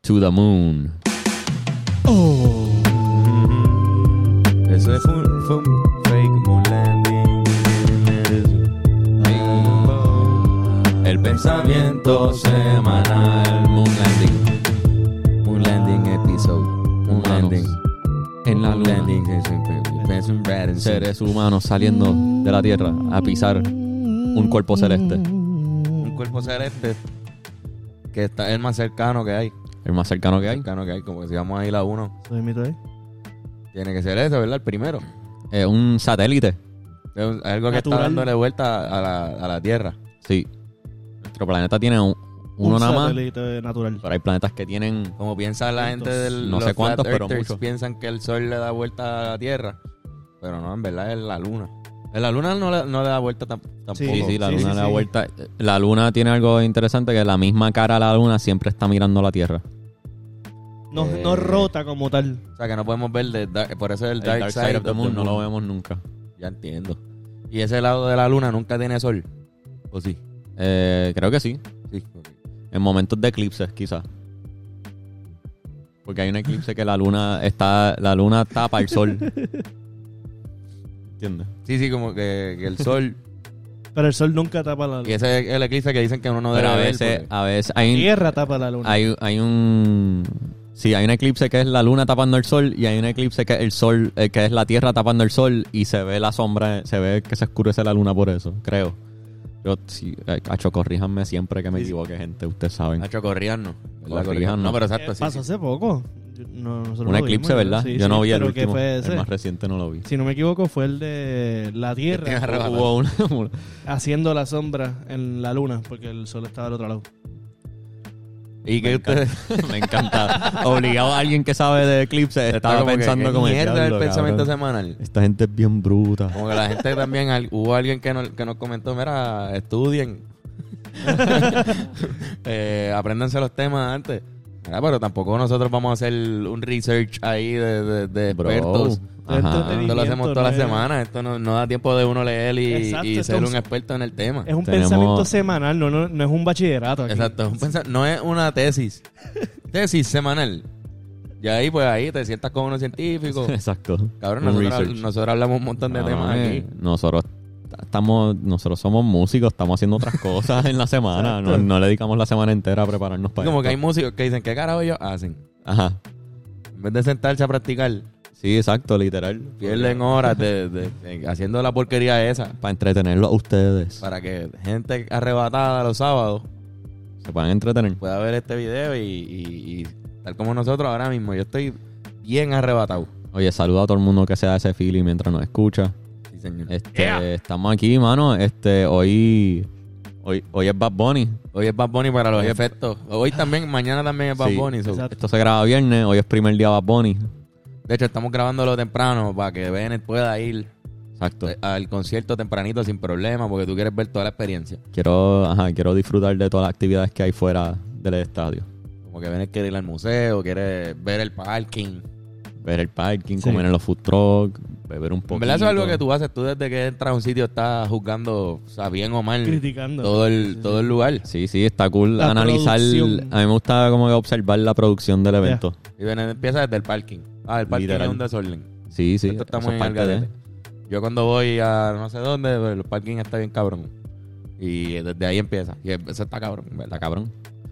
to the moon. Oh. Eso fue un fake moon landing. El pensamiento semanal. Moon landing. Moon landing episode. Moon landing. En la Moon luna. landing. Seres humanos saliendo de la Tierra a pisar un cuerpo celeste. Un cuerpo celeste que está el más cercano que hay. El más cercano que hay. Cercano que hay, como que si vamos a ir a uno. ¿Lo imito ahí? Tiene que ser ese, ¿verdad? El primero. Es un satélite. Es algo que Natural. está dándole vuelta a la Tierra. Sí. Nuestro planeta tiene uno nada más. Satélite natural. Pero hay planetas que tienen... Como piensa la gente del No sé los cuántos, flat pero earthers, muchos. piensan que el sol le da vuelta a la Tierra. Pero no, en verdad es la luna. La luna no le da vuelta tampoco. Sí, la Sí, luna sí, le da sí. vuelta. La luna tiene algo interesante, que la misma cara a la luna siempre está mirando la Tierra. No rota como tal. O sea, que no podemos ver por eso el El dark side of the moon. no lo vemos nunca. Ya entiendo. Y ese lado de la luna nunca tiene sol. ¿O sí? Creo que sí. Sí. Ok. En momentos de eclipses, quizás. Porque hay un eclipse que la luna tapa el sol. ¿Entiendes? Sí, como que el sol... Pero el sol nunca tapa la y luna. ese es el eclipse que dicen que uno no Pero debe a ver. veces, porque- a veces La tierra tapa la luna. hay un... Sí, hay un eclipse que es la luna tapando el sol y hay un eclipse que es el sol, que es la tierra tapando el sol y se ve la sombra, se ve que se oscurece la luna por eso, creo. Yo, sí, cacho, corríjanme siempre que me equivoque, gente, ustedes saben. Nacho, corrían, ¿no? ¿Verdad? Corríjan, No, no. pero exacto, sí. Pasó hace poco. Nosotros Un lo eclipse, vimos, ¿verdad? Sí, Yo no vi el pero último, que fue ese. el más reciente no lo vi. Si no me equivoco, fue el de la Tienes Tierra arrebatado. Hubo una... haciendo la sombra en la luna, porque el sol estaba al otro lado. Y que ustedes... Me encanta. Obligado a alguien que sabe de eclipse, estaba como que, pensando ¿qué como... mierda el "Diablo, pensamiento cabrón, semanal. esta gente es bien bruta. Como que la gente también... Hubo alguien que nos comentó, mira, estudien. Apréndanse los temas antes. Mira, pero tampoco nosotros vamos a hacer un research ahí de Bro. expertos. Ajá. Esto lo hacemos todas las no es- semanas. Esto no da tiempo de uno leer Exacto, y ser entonces- un experto en el tema. Es un Tenemos- pensamiento semanal, no es un bachillerato. Aquí. Exacto. No es una tesis. Tesis semanal. Y ahí, pues ahí te sientas con unos científicos. Exacto. Cabrón, Un nosotros, research. nosotros hablamos un montón de No, temas aquí. Nosotros somos músicos, estamos haciendo otras cosas en la semana. No le dedicamos la semana entera a prepararnos para Como que hay esto. músicos que dicen, ¿qué carajo ellos hacen? Ajá. En vez de sentarse a practicar, Sí, exacto, literal. pierden horas haciendo la porquería esa. Para entretenerlos a ustedes. Para que gente arrebatada los sábados Se puedan entretener. pueda ver este video y tal como nosotros ahora mismo. Yo estoy bien arrebatado. Oye, saluda a todo el mundo que sea ese feeling mientras nos escucha. Sí, señor. Estamos aquí, mano. Hoy es Bad Bunny. Hoy es Bad Bunny para los efectos. Hoy también, mañana también es Bad Sí, Bunny. so- exacto. Esto se graba viernes, hoy es primer día Bad Bunny. De hecho, estamos grabándolo temprano para que Bennett pueda ir Exacto. al concierto tempranito sin problema porque tú quieres ver toda la experiencia. Quiero disfrutar de todas las actividades que hay fuera del estadio. Como que Bennett quiere ir al museo, quiere ver el parking. Ver el parking, Sí. comer en los food trucks, beber un poco. En verdad eso es algo que tú haces. Tú desde que entras a un sitio estás juzgando, o sea, bien o mal, Criticando. todo el lugar. Sí, está cool La analizar. producción. A mí me gusta como que observar la producción del evento. Y Bennett empieza desde el parking. El parking Literal. es un desorden. Sí. Esto está eso muy es en el parte de- garete. Yo cuando voy a no sé dónde, pues, el parking está bien cabrón. Y desde ahí empieza. Y eso está cabrón, ¿verdad? Está cabrón.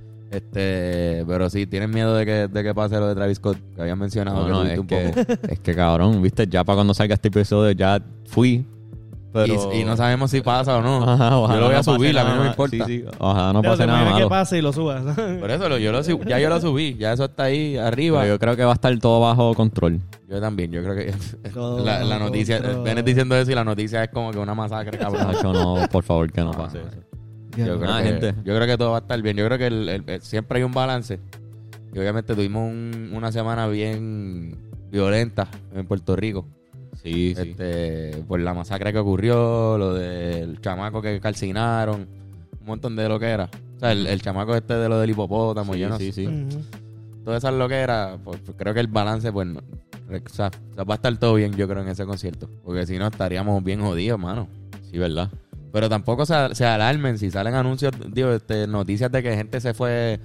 Pero sí, tienen miedo de que pase lo de Travis Scott, que habían mencionado No, que es tuviste un poco. que, es que cabrón, viste, ya para cuando salga este episodio ya fui. Pero... Y no sabemos si pasa o no. Ajá, ojalá yo lo voy no a subir, pase a mí no nada. me importa. Sí, ojalá no Pero pase te nada imaginas malo. que pase y lo subas. Por eso yo lo subí, ya eso está ahí arriba. Pero yo creo que va a estar todo bajo control. Yo también, yo creo que Todo la noticia, control. Bennett diciendo eso y la noticia es como que una masacre, cabrón. Nacho, no, por favor, que no pase eso. Yo creo, Ah, que, gente. yo creo que todo va a estar bien. Yo creo que siempre hay un balance. Y obviamente tuvimos una semana bien violenta en Puerto Rico. Sí. Por la masacre que ocurrió, lo del chamaco que calcinaron, un montón de lo que era. O sea, el chamaco de lo del hipopótamo, yo no sé. sí. Ujú. Todas esas lo que era, pues creo que el balance, pues, no, o sea, va a estar todo bien, yo creo, en ese concierto. Porque si no, estaríamos bien jodidos, mano. Sí, ¿verdad? Pero tampoco se alarmen si salen anuncios, noticias de que gente se fue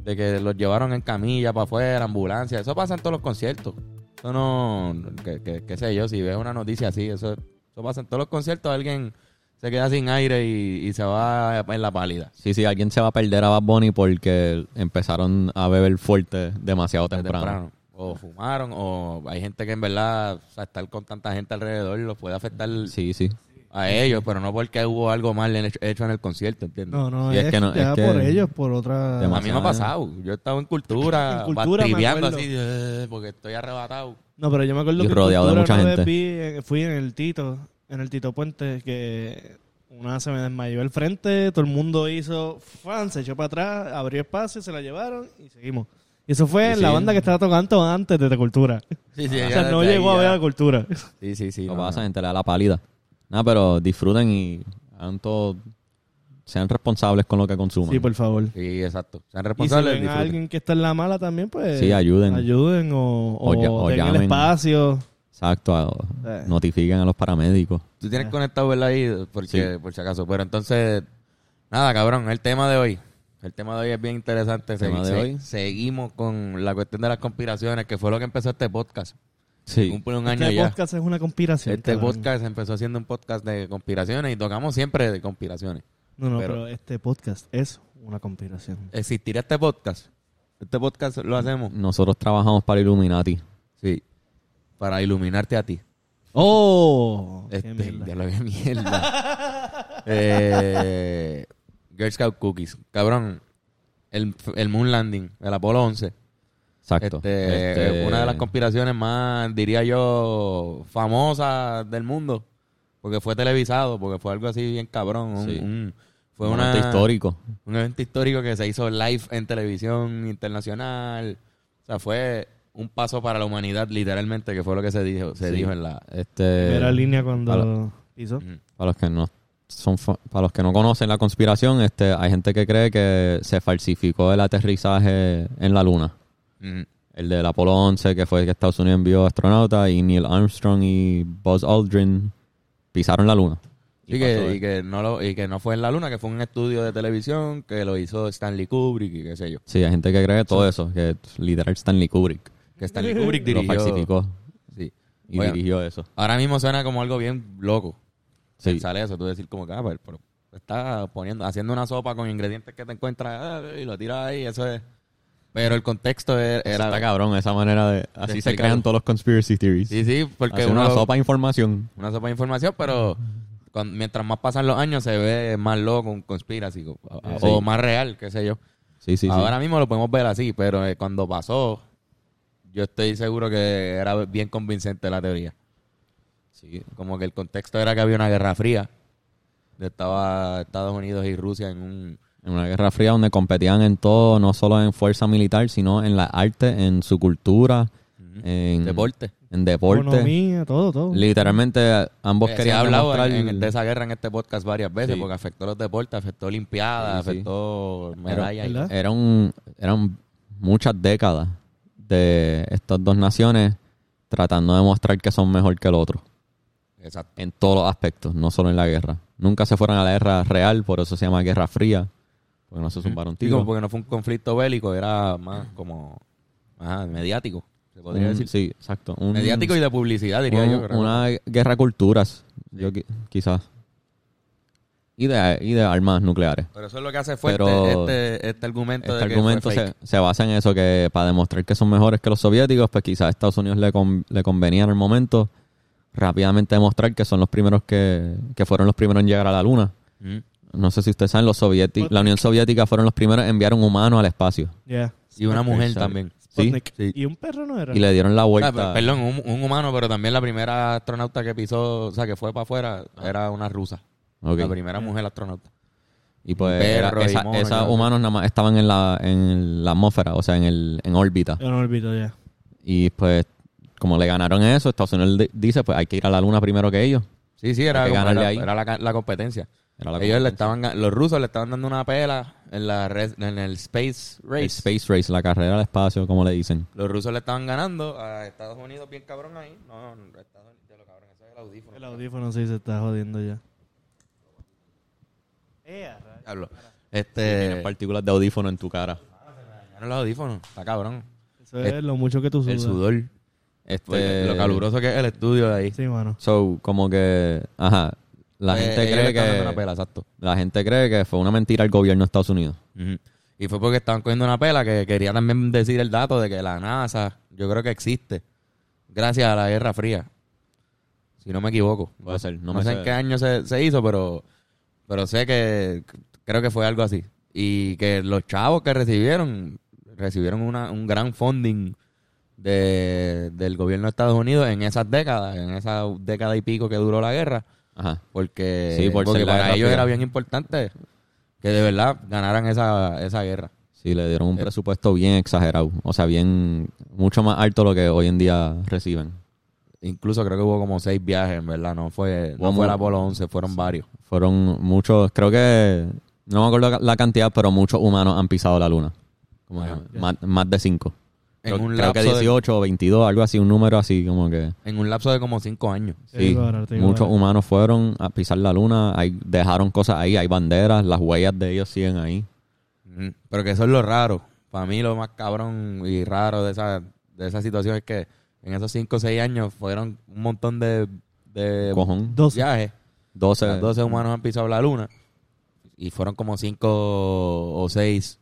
De que los llevaron en camilla para afuera, ambulancia. Eso pasa en todos los conciertos. Eso no... qué sé yo, si ves una noticia así, eso pasa en todos los conciertos. Alguien se queda sin aire y se va en la pálida. Sí, alguien se va a perder a Bad Bunny porque empezaron a beber fuerte demasiado temprano. O fumaron, o hay gente que en verdad, o sea, estar con tanta gente alrededor los puede afectar Sí. a ellos, pero no porque hubo algo mal hecho en el concierto, ¿entiendes? No, Y es que no, ya es que por ellos, por otra... Demasiado. A mí me ha pasado. Yo he estado en cultura, En cultura me tripeando acuerdo. así, porque estoy arrebatado. No, pero yo me acuerdo Y que rodeado de Cultura mucha una vez gente. fui en el Tito Puente, que una se me desmayó al frente, todo el mundo hizo fan, se echó para atrás, abrió espacio, se la llevaron y seguimos. Y eso fue Sí, la sí. banda que estaba tocando antes de Cultura. Sí, O sea, no llegó a ver a Cultura. Sí. Lo no, pasa, no. gente le da la pálida. Nada, pero disfruten y hagan todo. Sean responsables con lo que consuman. Sí, por favor. Sí, exacto. Sean Y si responsables. ven a disfruten. alguien que está en la mala también, pues... Sí, ayuden. Ayuden o den el llamen. espacio. Exacto. Notifiquen a los paramédicos. Tú tienes conectado, ¿verdad? Ahí, porque, por si acaso. Pero entonces, nada, cabrón, el tema de hoy. El tema de hoy es bien interesante. tema de hoy. Seguimos con la cuestión de las conspiraciones, que fue lo que empezó este podcast. Sí. Cumple un año Este ya. podcast es una conspiración. Este cabrón. podcast empezó siendo un podcast de conspiraciones y tocamos siempre de conspiraciones. No, pero- pero este podcast es una conspiración. ¿Existiría este podcast? Este podcast lo hacemos. Nosotros trabajamos para Illuminati. Sí. Para iluminarte a ti. ¡Oh! ¡Qué mierda! Ya lo que mierda. Girl Scout Cookies. Cabrón, el Moon Landing, el Apolo 11. Exacto. Una de las conspiraciones más, diría yo, famosas del mundo. Porque fue televisado, porque fue algo así bien cabrón. Sí. Fue un momento histórico. un evento histórico que se hizo live en televisión internacional. O sea, fue un paso para la humanidad, literalmente, que fue lo que se dijo en la... Primera línea cuando Para- hizo. Para los que no para los que no conocen la conspiración, hay gente que cree que se falsificó el aterrizaje en la luna. Ujú. El del Apolo 11, que fue que Estados Unidos envió astronautas, y Neil Armstrong y Buzz Aldrin pisaron la luna. Sí, que no fue en la luna, que fue un estudio de televisión que lo hizo Stanley Kubrick y qué sé yo. Sí, hay gente que cree todo eso, que literal Stanley Kubrick Que Stanley Kubrick lo dirigió. falsificó Sí. y Oigan, dirigió eso. ahora mismo suena como algo bien loco. Sí. Sale eso, tú decir como que, pero está haciendo una sopa con ingredientes que te encuentras y lo tiras ahí, eso es. Pero el contexto Eso era... está cabrón, esa manera de... Así se explicarlo. crean todos los conspiracy theories. Sí, porque Hacer una sopa de información. Una sopa de información, pero mientras más pasan los años se ve más loco, un conspiracy o más real, qué sé yo. Sí. Ahora mismo lo podemos ver así, pero cuando pasó, yo estoy seguro que era bien convincente la teoría. Sí. Como que el contexto era que había una guerra fría. Estaba Estados Unidos y Rusia en deporte. En deporte. Economía, todo. Literalmente ambos Se ha querían hablado demostrar... de esa guerra en este podcast varias veces, Sí. porque afectó los deportes, afectó Olimpiadas, Sí, sí. afectó medallas. y- ¿verdad? Eran muchas décadas de estas dos naciones tratando de mostrar que son mejor que el otro. Exacto. En todos los aspectos, no solo en la guerra. Nunca se fueron a la guerra real, por eso se llama Guerra Fría. Porque no se zumbaron Digo, tiros. porque no fue un conflicto bélico, era más como mediático, se podría decir. Sí, exacto. Mediático y de publicidad, diría yo. Una guerra de culturas, quizás. Y de armas nucleares. Pero eso es lo que hace fuerte Pero este argumento Este de que argumento fue fake. se basa en eso, que para demostrar que son mejores que los soviéticos, pues quizás a Estados Unidos le convenía en el momento rápidamente demostrar que son los primeros que fueron los primeros en llegar a la luna. Mm. No sé si ustedes saben, la Unión Soviética fueron los primeros en enviar un humano al espacio. Yeah. Y una mujer Exacto. también. Sí. Sputnik. Sí. Y un perro no era. Y le dieron la Ah, vuelta. perdón, un humano, pero también la primera astronauta que pisó, o sea, que fue para afuera, era una rusa. Ok. La primera mujer astronauta. Y pues Perro y mono, esos yo no sé. humanos nada más estaban en la atmósfera, o sea, en órbita. Yo no olvido ya. Y pues, como le ganaron eso, Estados Unidos dice, pues hay que ir a la luna primero que ellos. Sí, era, Hay que como ganarle ahí. era la competencia. Era la Ellos competencia. los rusos le estaban dando una pela en en el Space Race. El Space Race, la carrera al espacio, como le dicen. Los rusos le estaban ganando a Estados Unidos bien cabrón ahí. No, Estados Unidos, ya lo cabrón, ese es el audífono. El audífono sí se está jodiendo ya. Diablo. Tienes partículas de audífono en tu cara. Bueno, los audífonos, está cabrón. Eso es lo mucho que tú sudas. El sudor. Lo caluroso que es el estudio de ahí. Sí, mano. So, como que, la gente Ellos le cree están dando una que pela, exacto. la gente cree que fue una mentira el gobierno de Estados Unidos. Ujú. Y fue porque estaban cogiendo una pela que quería también decir el dato de que la NASA, yo creo que existe, gracias a la Guerra Fría. Si no me equivoco. Puede ser, No sé en qué año se hizo, pero sé que creo que fue algo así. Y que los chavos que recibieron un gran funding del gobierno de Estados Unidos en esa década y pico que duró la guerra. Ajá. Porque, Sí, por porque ser la para Guerra ellos Fría. era bien importante que de verdad ganaran esa guerra. Sí, le dieron un presupuesto bien exagerado. O sea, mucho más alto lo que hoy en día reciben. Incluso creo que hubo como 6 viajes, en verdad. No fue el Apolo 11, fueron varios. Fueron muchos, creo que, no me acuerdo la cantidad, pero muchos humanos han pisado la luna. Como Ajá. más de 5. En un Creo que lapso 18 o 22, algo así, un número así como que... En un lapso de como 5 años. Sí, muchos humanos fueron a pisar la luna, dejaron cosas ahí, hay banderas, las huellas de ellos siguen ahí. Ujú. Pero que eso es lo raro. Para mí lo más cabrón y raro de esa situación es que en esos 5 o 6 años fueron un montón de Cojón. 12. viajes. 12. 12 humanos han pisado la luna. Y fueron como 5 o 6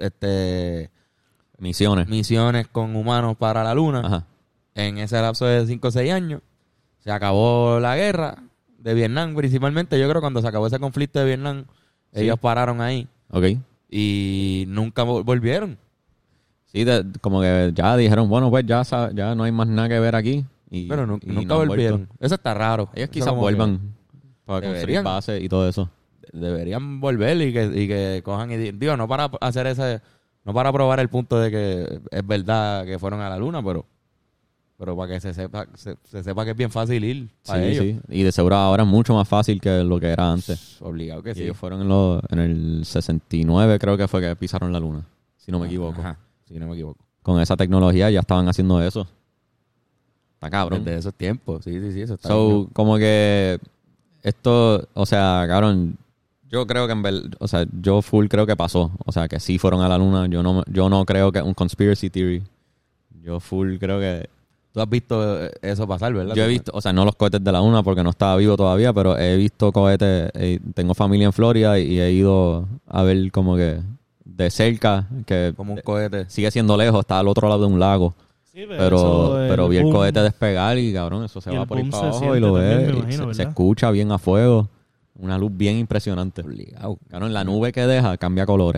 Misiones. con humanos para la luna. Ajá. En ese lapso de 5 o 6 años se acabó la guerra de Vietnam principalmente. Yo creo que cuando se acabó ese conflicto de Vietnam, Sí. ellos pararon ahí Ok. y nunca volvieron. Sí, como que ya dijeron, bueno, pues ya no hay más nada que ver aquí. Pero y nunca no han volvieron. vuelto. Eso está raro. Ellos Eso quizás como vuelvan para construir deberían. bases y todo eso. que deberían volver y que cojan y digo, no para hacer no para probar el punto de que es verdad que fueron a la luna, pero para que se sepa que es bien fácil ir para Sí, ellos. sí. Y de seguro ahora es mucho más fácil que lo que era antes. Obligado que Y sí. ellos fueron en el 69, creo que fue que pisaron la luna. Si no me equivoco. Ajá, si no me equivoco. Con esa tecnología ya estaban haciendo eso. Está cabrón. Desde esos tiempos, sí, eso está So, cabrón. como que esto, o sea, cabrón, yo creo que yo full creo que pasó. O sea, que sí fueron a la luna. Yo no creo que es un conspiracy theory. Yo full creo que... Tú has visto eso pasar, ¿verdad? Yo he visto, o sea, no los cohetes de la luna porque no estaba vivo todavía, pero he visto cohetes. Tengo familia en Florida y he ido a ver como que de cerca, que Como un cohete. sigue siendo lejos, está al otro lado de un lago. Sí, Pero vi el boom. cohete despegar y cabrón, eso se Y va el por ahí boom para se abajo y siente lo también, ves. me y imagino, se ¿verdad? escucha bien a fuego. Una luz bien impresionante. Obligado. Cabrón, la nube que deja cambia colores.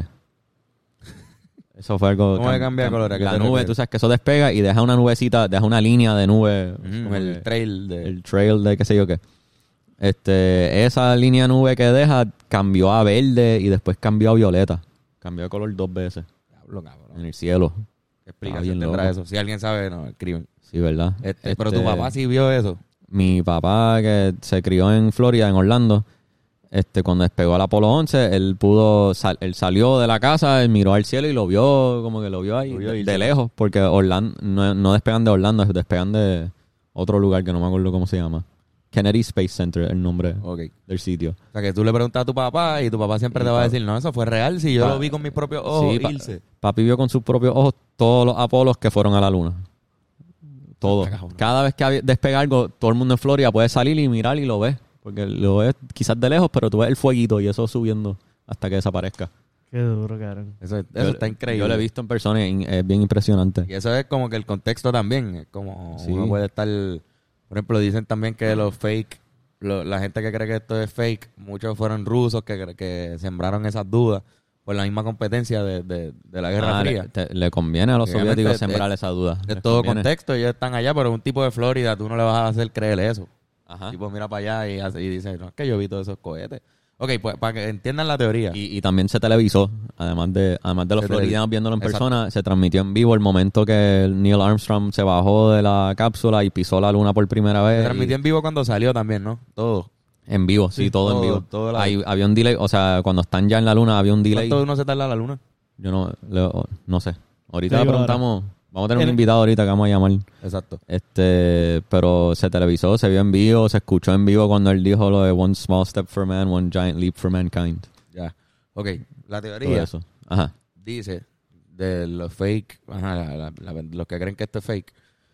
Eso fue algo... ¿Cómo que cambia colores? ¿A qué La te nube, refieres? tú sabes que eso despega y deja una nubecita, deja una línea de nube. como El que- trail de... el trail de qué sé yo qué. Esa línea nube que deja cambió a verde y después cambió a violeta. Cambió de color 2 veces Diablo, cabrón. en el cielo. ¿Qué Está explicación bien tendrá loco. eso? Si alguien sabe, no, escriben. Sí, ¿verdad? Pero tu papá sí vio eso. Mi papá, que se crió en Florida, en Orlando, cuando despegó el Apolo 11, él él salió de la casa, él miró al cielo y lo vio, como que lo vio ahí, Lo vio de irse. lejos, porque Orlando no despegan de Orlando, despegan de otro lugar que no me acuerdo cómo se llama. Kennedy Space Center, el nombre Ok. del sitio. O sea, que tú le preguntas a tu papá y tu papá siempre te va a decir, no, eso fue real, si yo lo vi con mis propios ojos Sí, irse. papi vio con sus propios ojos todos los Apolos que fueron a la luna. Todo. Está cabrón. Cada vez que despega algo, todo el mundo en Florida puede salir y mirar y lo ves. Porque lo ves quizás de lejos, pero tú ves el fueguito y eso subiendo hasta que desaparezca. Qué duro, cabrón. Eso Yo- está increíble. Yo lo he visto en persona y es bien impresionante. Y eso es como que el contexto también. Es como Sí. uno puede estar... Por ejemplo, dicen también que los fake... la gente que cree que esto es fake, muchos fueron rusos que sembraron esas dudas por la misma competencia de la Guerra Fría. Le conviene a los Obviamente, soviéticos sembrar esa duda. De Les todo conviene. contexto, ellos están allá, pero un tipo de Florida, tú no le vas a hacer creer eso. Ajá. El tipo mira para allá y dice, no, es que yo vi todos esos cohetes. Ok, pues para que entiendan la teoría. Y también se televisó, además de los Se floridianos viéndolo en Exacto. persona, se transmitió en vivo el momento que Neil Armstrong se bajó de la cápsula y pisó la luna por primera vez. Se transmitió en vivo cuando salió también, ¿no? Todo. En vivo, sí, todo en todo- vivo. todo la- Había un delay, o sea, cuando están ya en la luna había un delay. ¿Cuánto uno se tarda a la luna? Yo no sé. Ahorita Te le digo preguntamos, vamos a tener un En- invitado ahorita que vamos a llamar. Exacto. Pero se televisó, se vio en vivo, se escuchó en vivo cuando él dijo lo de one small step for man, one giant leap for mankind. Ya. Ok, la Todo teoría eso. Ajá. dice, de los fake, los que creen que esto es fake,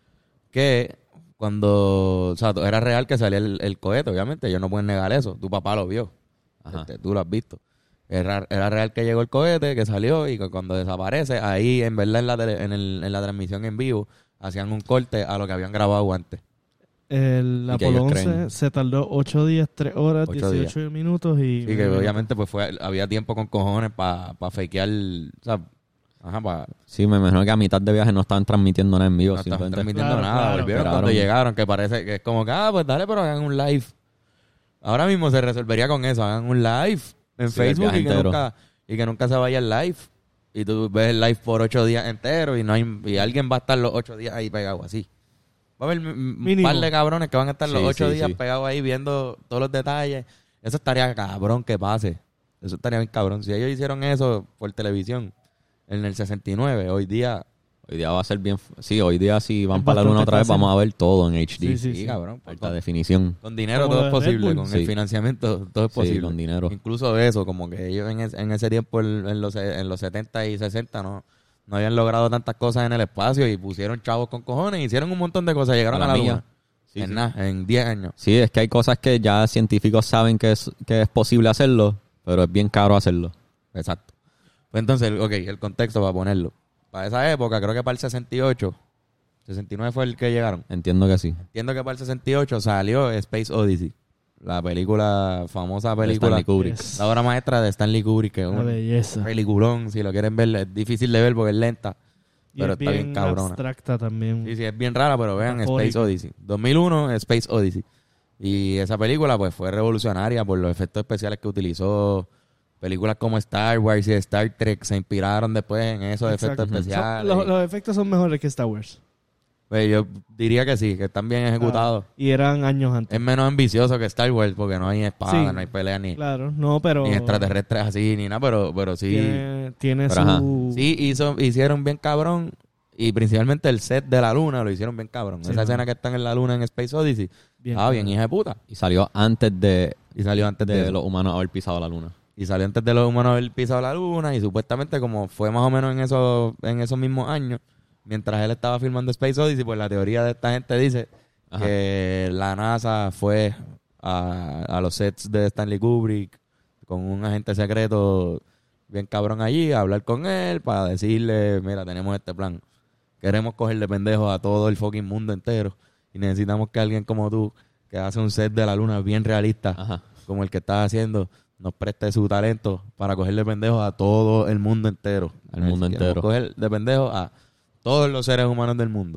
que cuando, o sea, era real que salía el cohete, obviamente, ellos no pueden negar eso, tu papá lo vio, tú lo has visto. Era real que llegó el cohete, que salió y que cuando desaparece, ahí en verdad en la transmisión en vivo hacían un corte a lo que habían grabado antes. El Y que Apolo ellos 11 creen. se tardó 8 días, 3 horas, 8 18 minutos y... Sí, que obviamente pues había tiempo con cojones para fakear, o sea, Sí, me imagino que a mitad de viaje no estaban transmitiendo nada en vivo. no estaban simplemente transmitiendo Claro, nada. claro. Volvieron cuando Esperaron. llegaron, que parece que es como que, pues dale, pero hagan un live. Ahora mismo se resolvería con eso, hagan un live en Sí, el Facebook viaje entero. y que nunca se vaya el live. Y tú ves el live por 8 días enteros y alguien va a estar los 8 días ahí pegado así. Va a haber un Mínimo. par de cabrones que van a estar los Sí, 8 sí, días sí. pegados ahí viendo todos los detalles. Eso estaría cabrón que pase. Eso estaría bien cabrón. Si ellos hicieron eso por televisión en el 69, hoy día... Hoy día va a ser bien... Sí, hoy día si van Es para la luna bastante otra vez fácil. vamos a ver todo en HD. Sí, sí. Sí, cabrón. Alta definición. Con dinero Como todo lo es de Red posible, Bull. con Sí. el financiamiento todo es posible. Sí, con dinero. Incluso eso, como que ellos en ese tiempo, en los 70 y 60, no habían logrado tantas cosas en el espacio y pusieron chavos con cojones, hicieron un montón de cosas, llegaron A a la la milla. luna. Sí, en sí. nada, en 10 años. Sí, es que hay cosas que ya científicos saben que es posible hacerlo, pero es bien caro hacerlo. Exacto. Pues entonces, el contexto para ponerlo. Para esa época, creo que para el 68, 69 fue el que llegaron. Entiendo que sí. Entiendo que para el 68 salió Space Odyssey, la famosa De película, Stanley Kubrick. Yes. la obra maestra de Stanley Kubrick, que es Una un belleza. peliculón, si lo quieren ver, es difícil de ver porque es lenta, Y pero es está bien cabrona. abstracta también. Sí, es bien rara, pero vean Metafórica. Space Odyssey. 2001, Space Odyssey. Y esa película pues fue revolucionaria por los efectos especiales que utilizó. Películas como Star Wars y Star Trek se inspiraron después en esos Exacto. efectos especiales. Los efectos son mejores que Star Wars. Pues yo diría que sí, que están bien ejecutados. Y eran años antes. Es menos ambicioso que Star Wars porque no hay espada, Sí. no hay pelea ni, Claro, no, pero... ni extraterrestres así, ni nada, pero sí. Tiene Pero ajá. su... Sí, hicieron bien cabrón. Y principalmente el set de la luna lo hicieron bien cabrón. Sí, Esa mano. escena que están en la luna en Space Odyssey. Bien, Bien hija de puta. Y salió antes de, Y salió antes de, de eso. los humanos haber pisado la luna. Y salió antes de los humanos haber pisado la luna. Y supuestamente como fue más o menos en esos mismos años, mientras él estaba filmando Space Odyssey, pues la teoría de esta gente dice Ajá. que la NASA fue a los sets de Stanley Kubrick con un agente secreto bien cabrón allí a hablar con él para decirle, mira, tenemos este plan. Queremos cogerle pendejos a todo el fucking mundo entero. Y necesitamos que alguien como tú, que hace un set de la luna bien realista, Ajá. como el que estás haciendo, nos preste su talento para cogerle pendejos a todo el mundo entero. Al mundo Queremos entero. coger de pendejos a todos los seres humanos del mundo.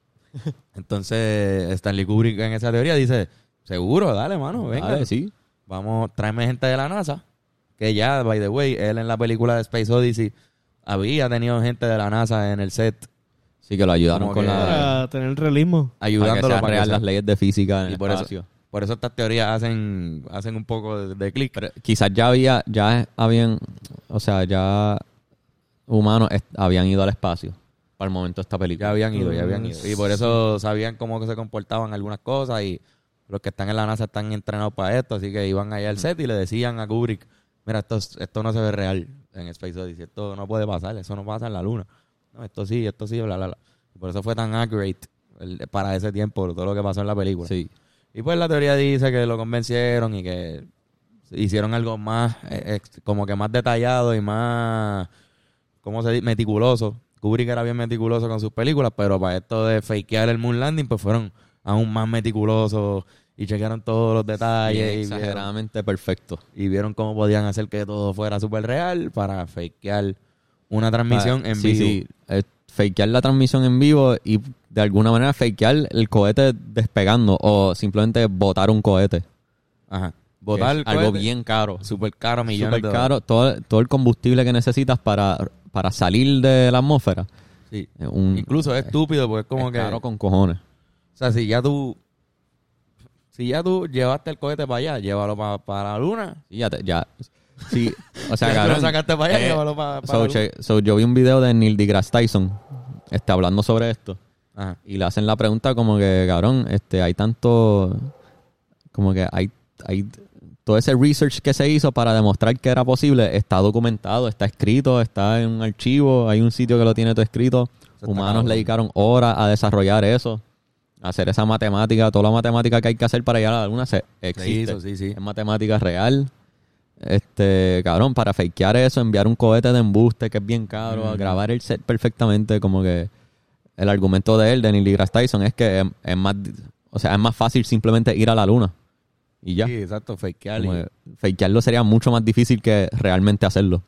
Entonces, Stanley Kubrick en esa teoría dice, seguro, dale, mano, venga. Dale, sí. Vamos, tráeme gente de la NASA. Que ya, by the way, él en la película de Space Odyssey había tenido gente de la NASA en el set Sí, que lo ayudaron Como con que- la... Para tener realismo. Para que ayudándolo sea para que real sea. las leyes de física en Y el por espacio. Por eso estas teorías hacen un poco de clic. Pero quizás ya habían, o sea, ya humanos habían ido al espacio para el momento de esta película. Ya habían ido. Y por eso sabían cómo que se comportaban algunas cosas y los que están en la NASA están entrenados para esto, así que iban allá al set y le decían a Kubrick, mira, esto no se ve real en Space Odyssey, esto no puede pasar, eso no pasa en la Luna. No, esto sí, bla, bla, bla. Y por eso fue tan accurate para ese tiempo todo lo que pasó en la película. Sí. Y pues la teoría dice que lo convencieron y que hicieron algo más, como que más detallado y más, ¿cómo se dice? Meticuloso. Kubrick era bien meticuloso con sus películas, pero para esto de fakear el Moon Landing, pues fueron aún más meticulosos y chequearon todos los detalles. Bien y exageradamente perfecto. vieron cómo podían hacer que todo fuera súper real para fakear una transmisión en sí, vivo. Sí, fakear la transmisión en vivo y de alguna manera fakear el cohete despegando o simplemente botar un cohete. Ajá. Que Botar es el algo cohete, bien caro. súper caro, millones Súper de caro. Todo el combustible que necesitas para salir de la atmósfera. Sí. Es Incluso es estúpido porque es como es que... caro con cojones. O sea, si ya tú llevaste el cohete para allá, llévalo para la luna. Sí, sí, o sea, Ya tú cabrón, lo sacaste para allá, eh, llévalo para la luna. yo vi un video de Neil deGrasse Tyson hablando sobre esto Ajá. y le hacen la pregunta como que, cabrón, hay tanto, como que hay todo ese research que se hizo para demostrar que era posible está documentado, está escrito, está en un archivo, hay un sitio que lo tiene todo escrito. Humanos le dedicaron horas a desarrollar eso, a hacer esa matemática, toda la matemática que hay que hacer para llegar a la luna existe. Se hizo, sí. Es matemática real. Cabrón, para fakear eso, enviar un cohete de embuste que es bien caro, grabar el set perfectamente, como que el argumento de él, de Neil deGrasse Tyson, es que es más, o sea, es más fácil simplemente ir a la luna y ya. Sí, exacto, fakear. Como que fakearlo sería mucho más difícil que realmente hacerlo.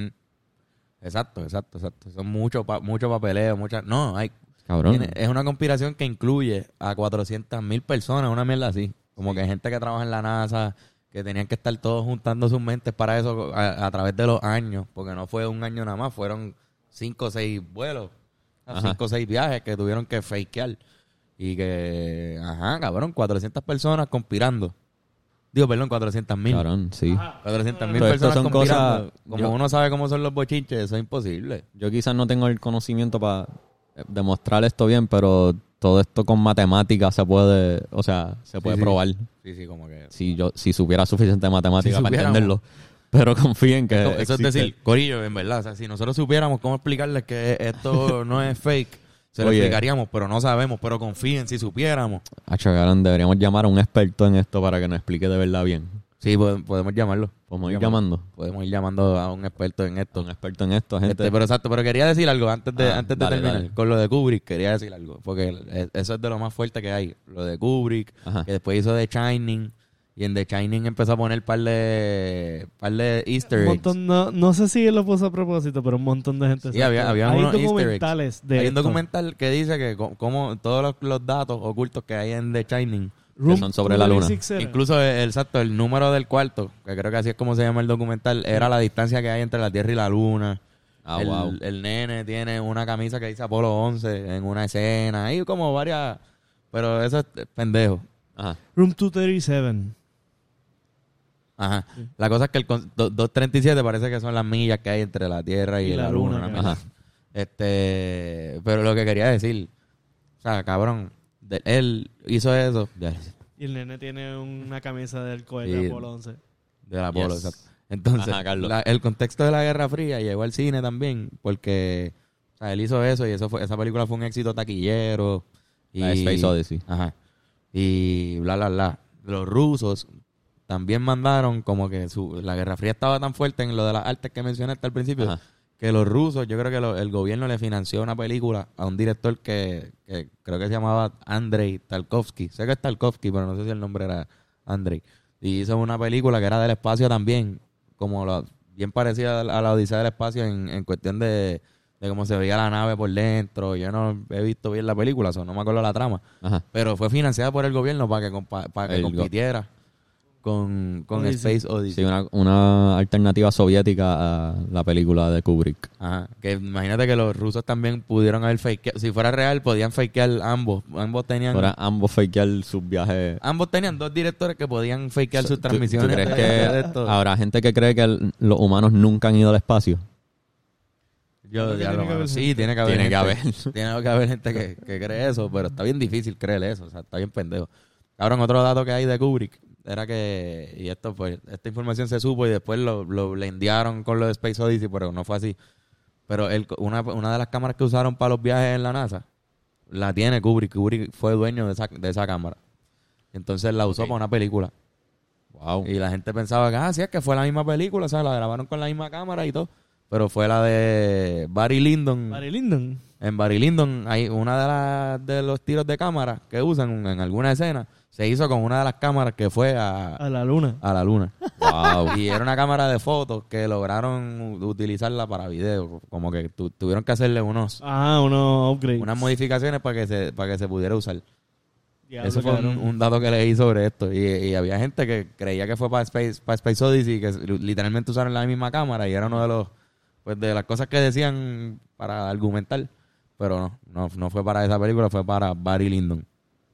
Exacto. Son mucho papeleo, No, Cabrón. es una conspiración que incluye a 400,000 personas, una mierda así. Como que gente que trabaja en la NASA, que tenían que estar todos juntando sus mentes para eso a través de los años, porque no fue un año nada más, fueron 5 o 6 vuelos, 5 o 6 viajes que tuvieron que fakear. Y que, cabrón, 400 personas conspirando. Digo, perdón, 400,000. Cabrón, sí. 400,000 Todo esto personas son conspirando. cosas- Como uno sabe cómo son los bochinches, eso es imposible. Yo quizás no tengo el conocimiento para demostrar esto bien, pero todo esto con matemáticas se puede, o sea, se puede probar. Sí, como que... Si supiera suficiente matemática Si para supiéramos. entenderlo. Pero confíen que Eso es existe. decir, corillo, en verdad, o sea, si nosotros supiéramos cómo explicarles que esto no es fake, se lo Oye. explicaríamos, pero no sabemos, pero confíen si supiéramos. Cabrón, deberíamos llamar a un experto en esto para que nos explique de verdad bien. Sí, podemos llamarlo. Podemos ir llamando Podemos ir llamando a un experto en a esto. un experto en esto, gente. Pero exacto, pero quería decir algo antes de Dale, terminar. dale. Con lo de Kubrick, quería decir algo. Porque eso es de lo más fuerte que hay. Lo de Kubrick, Ajá. que después hizo The Shining. Y en The Shining empezó a poner par de easter Un eggs. montón, no sé si él lo puso a propósito, pero un montón de gente. Sí, sabe. había Hay unos documentales de Hay un esto. documental que dice que como todos los datos ocultos que hay en The Shining, Room son sobre la luna. 236 era. incluso el número del cuarto, que creo que así es como se llama el documental, era la distancia que hay entre la Tierra y la Luna. Wow. El nene tiene una camisa que dice Apolo 11 en una escena. Hay como varias... Pero eso es pendejo. Ajá. Room 237. Ajá. La cosa es que el 237 parece que son las millas que hay entre la Tierra y la Luna. una mierda. Ajá. Pero lo que quería decir, o sea, cabrón, él hizo eso Y el nene tiene una camisa del cohete Y- Apolo 11. del Apolo. Yes. Exacto. Entonces, Ajá, Carlos. el contexto de la Guerra Fría llegó al cine también porque, o sea, él hizo eso y esa película fue un éxito taquillero. La de Space Odyssey. Ajá. Y bla, bla, bla. Los rusos también mandaron como que la Guerra Fría estaba tan fuerte en lo de las artes que mencionaste al principio, Ajá. que los rusos, yo creo que el gobierno le financió una película a un director que creo que se llamaba Andrei Tarkovsky. Sé que es Tarkovsky, pero no sé si el nombre era Andrei. Y hizo una película que era del espacio también, como bien parecida a la Odisea del Espacio en cuestión de cómo se veía la nave por dentro. Yo no he visto bien la película, no me acuerdo la trama. Ajá. Pero fue financiada por el gobierno para que compitiera con Odyssey. Space Odyssey. Sí, una alternativa soviética a la película de Kubrick. Ajá. Que imagínate que los rusos también pudieron haber fakeado. Si fuera real, podían fakear ambos. Ambos tenían... Ahora ambos fakear sus viajes. Ambos tenían 2 directores que podían fakear sus ¿Tú transmisiones. crees de que esto. habrá gente que cree que los humanos nunca han ido al espacio? Yo, Creo que diablo, tiene que mano. haber Sí, gente. tiene que haber Tiene que gente. Tiene que haber gente que cree eso, pero está bien difícil creer eso. O sea, está bien pendejo. Cabrón, otro dato que hay de Kubrick era que, y esto pues, esta información se supo y después lo blendearon con lo de Space Odyssey, pero no fue así. Pero una de las cámaras que usaron para los viajes en la NASA, la tiene Kubrick. Kubrick fue dueño de esa cámara. Entonces la usó para una película. Wow. Y la gente pensaba que, sí, es que fue la misma película, o sea, la grabaron con la misma cámara y todo. Pero fue la de Barry Lyndon. Barry Lyndon. En Barry Lyndon hay una de los tiros de cámara que usan en alguna escena. Se hizo con una de las cámaras que fue A la luna. a la luna. Wow. Y era una cámara de fotos que lograron utilizarla para video. Como que tuvieron que hacerle unos Unos upgrades. unas modificaciones para que se pudiera usar. Diablo, Eso fue cabrón. un dato que leí sobre esto. Y había gente que creía que fue para Space Odyssey, que literalmente usaron la misma cámara y era uno de las cosas que decían para argumentar. Pero no fue para esa película, fue para Barry Lyndon.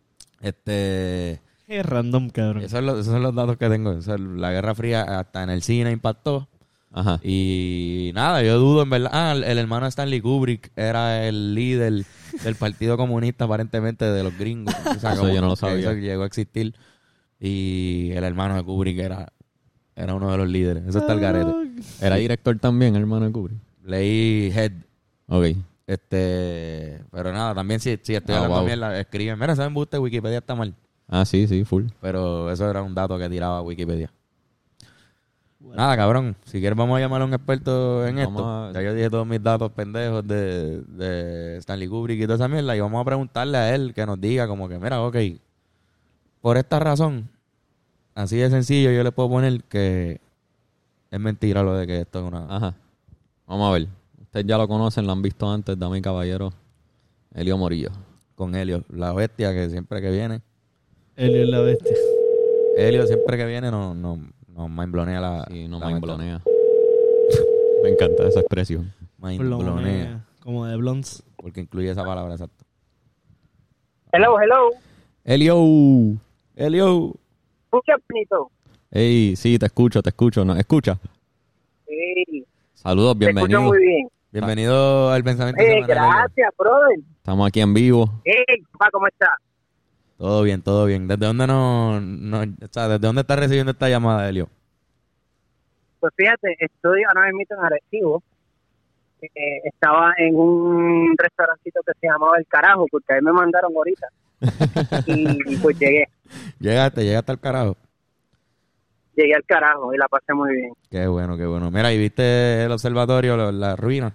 Qué random, cabrón. Esos son los datos que tengo. O sea, la Guerra Fría hasta en el cine impactó. Ajá. Y nada, yo dudo en verdad. El hermano de Stanley Kubrick era el líder del Partido Comunista aparentemente de los gringos. O sea, Eso como yo no lo que sabía. eso llegó a existir. Y el hermano de Kubrick era Era uno de los líderes. Eso está el garete. Era director también, hermano de Kubrick. Leí Head. Ok. Pero nada, también si estoy hablando mierda, escriben. Mira, ¿saben usted? Wikipedia está mal. Ah, sí, full. Pero eso era un dato que tiraba Wikipedia. Bueno. Nada, cabrón. Si quieres vamos a llamar a un experto en esto. Ya yo dije todos mis datos pendejos de Stanley Kubrick y toda esa mierda. Y vamos a preguntarle a él que nos diga como que, mira, ok, por esta razón, así de sencillo, yo le puedo poner que es mentira lo de que esto es una... Ajá. Vamos a ver. Ustedes ya lo conocen, lo han visto antes, dame y caballero. Elio Morillo. Con Helio, la bestia que siempre que viene. Helio es la bestia. Helio siempre que viene nos mindblonea la... Sí, nos mindblonea. Me encanta esa expresión. Mindblonea. Como de Blondes. Porque incluye esa palabra, exacto. Hello. Elio. ¿Escucha, Benito? Ey, sí, te escucho. ¿Nos escucha? Sí. Saludos, Te escucho bienvenido. muy bien. Bienvenido al pensamiento semanal. Gracias, brother. Estamos aquí en vivo. Papá, ¿cómo estás? Todo bien. ¿Desde dónde ¿desde dónde estás recibiendo esta llamada, Helio? Pues fíjate, estoy ahora mismo en Arecibo. Estaba en un restaurancito que se llamaba El Carajo, porque ahí me mandaron ahorita. y pues llegué. Llegaste al carajo. Llegué al Carajo y la pasé muy bien. Qué bueno. Mira, ¿y viste el observatorio, la ruina?